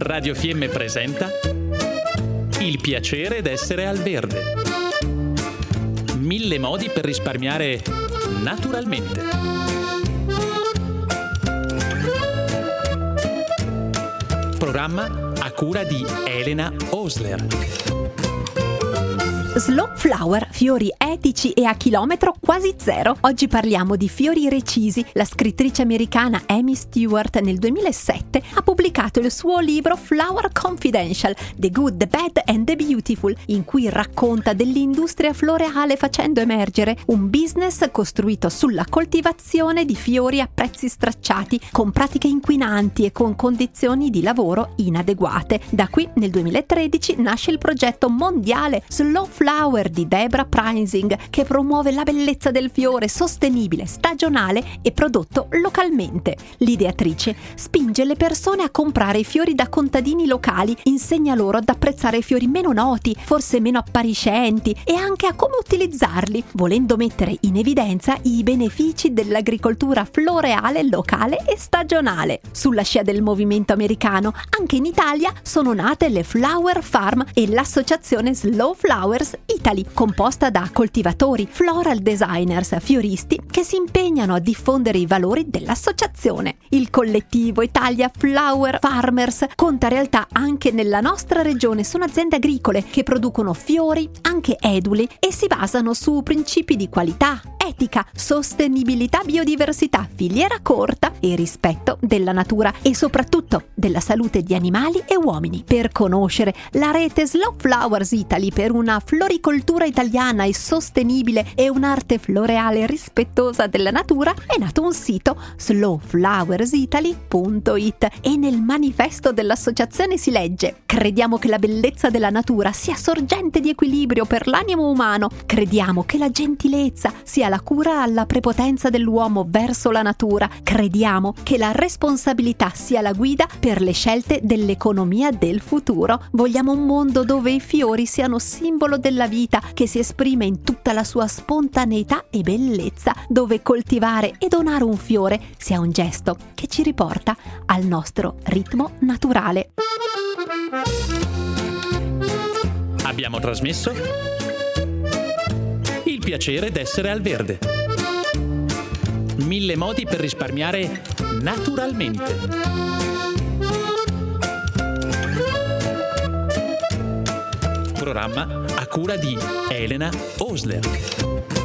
Radio Fiemme presenta Il piacere d'essere al verde. 1000 modi per risparmiare naturalmente. Programma a cura di Elena Osler. Slow Flower, fiori etici e a chilometro quasi zero. Oggi parliamo di fiori recisi. La scrittrice americana Amy Stewart nel 2007 ha pubblicato il suo libro Flower Confidential, The Good, The Bad and The Beautiful, in cui racconta dell'industria floreale facendo emergere un business costruito sulla coltivazione di fiori a prezzi stracciati, con pratiche inquinanti e con condizioni di lavoro inadeguate. Da qui nel 2013 nasce il progetto mondiale Slow Flower di Deborah Pricing, che promuove la bellezza del fiore sostenibile, stagionale e prodotto localmente. L'ideatrice spinge le persone a comprare i fiori da contadini locali, insegna loro ad apprezzare i fiori meno noti, forse meno appariscenti, e anche a come utilizzarli, volendo mettere in evidenza i benefici dell'agricoltura floreale locale e stagionale. Sulla scia del movimento americano, anche in Italia sono nate le Flower Farm e l'associazione Slow Flowers Italy, composta da coltivatori, floral designers, fioristi che si impegnano a diffondere i valori dell'associazione. Il collettivo Italia Flower Farmers conta in realtà anche nella nostra regione. Sono aziende agricole che producono fiori, anche eduli, e si basano su principi di qualità, etica, sostenibilità, biodiversità, filiera corta e rispetto della natura e soprattutto della salute di animali e uomini. Per conoscere la rete Slow Flowers Italy per una floricoltura italiana e sostenibile e un'arte floreale rispettosa della natura è nato un sito, slowflowersitaly.it, e nel manifesto dell'associazione si legge: crediamo che la bellezza della natura sia sorgente di equilibrio per l'animo umano, crediamo che la gentilezza sia la cura alla prepotenza dell'uomo verso la natura, crediamo che la responsabilità sia la guida per le scelte dell'economia del futuro. Vogliamo un mondo dove i fiori siano simbolo della vita che si esprime in tutta la sua spontaneità e bellezza, dove coltivare e donare un fiore sia un gesto che ci riporta al nostro ritmo naturale. Abbiamo trasmesso Il piacere d'essere al verde. 1000 modi per risparmiare naturalmente. Programma a cura di Elena Osler.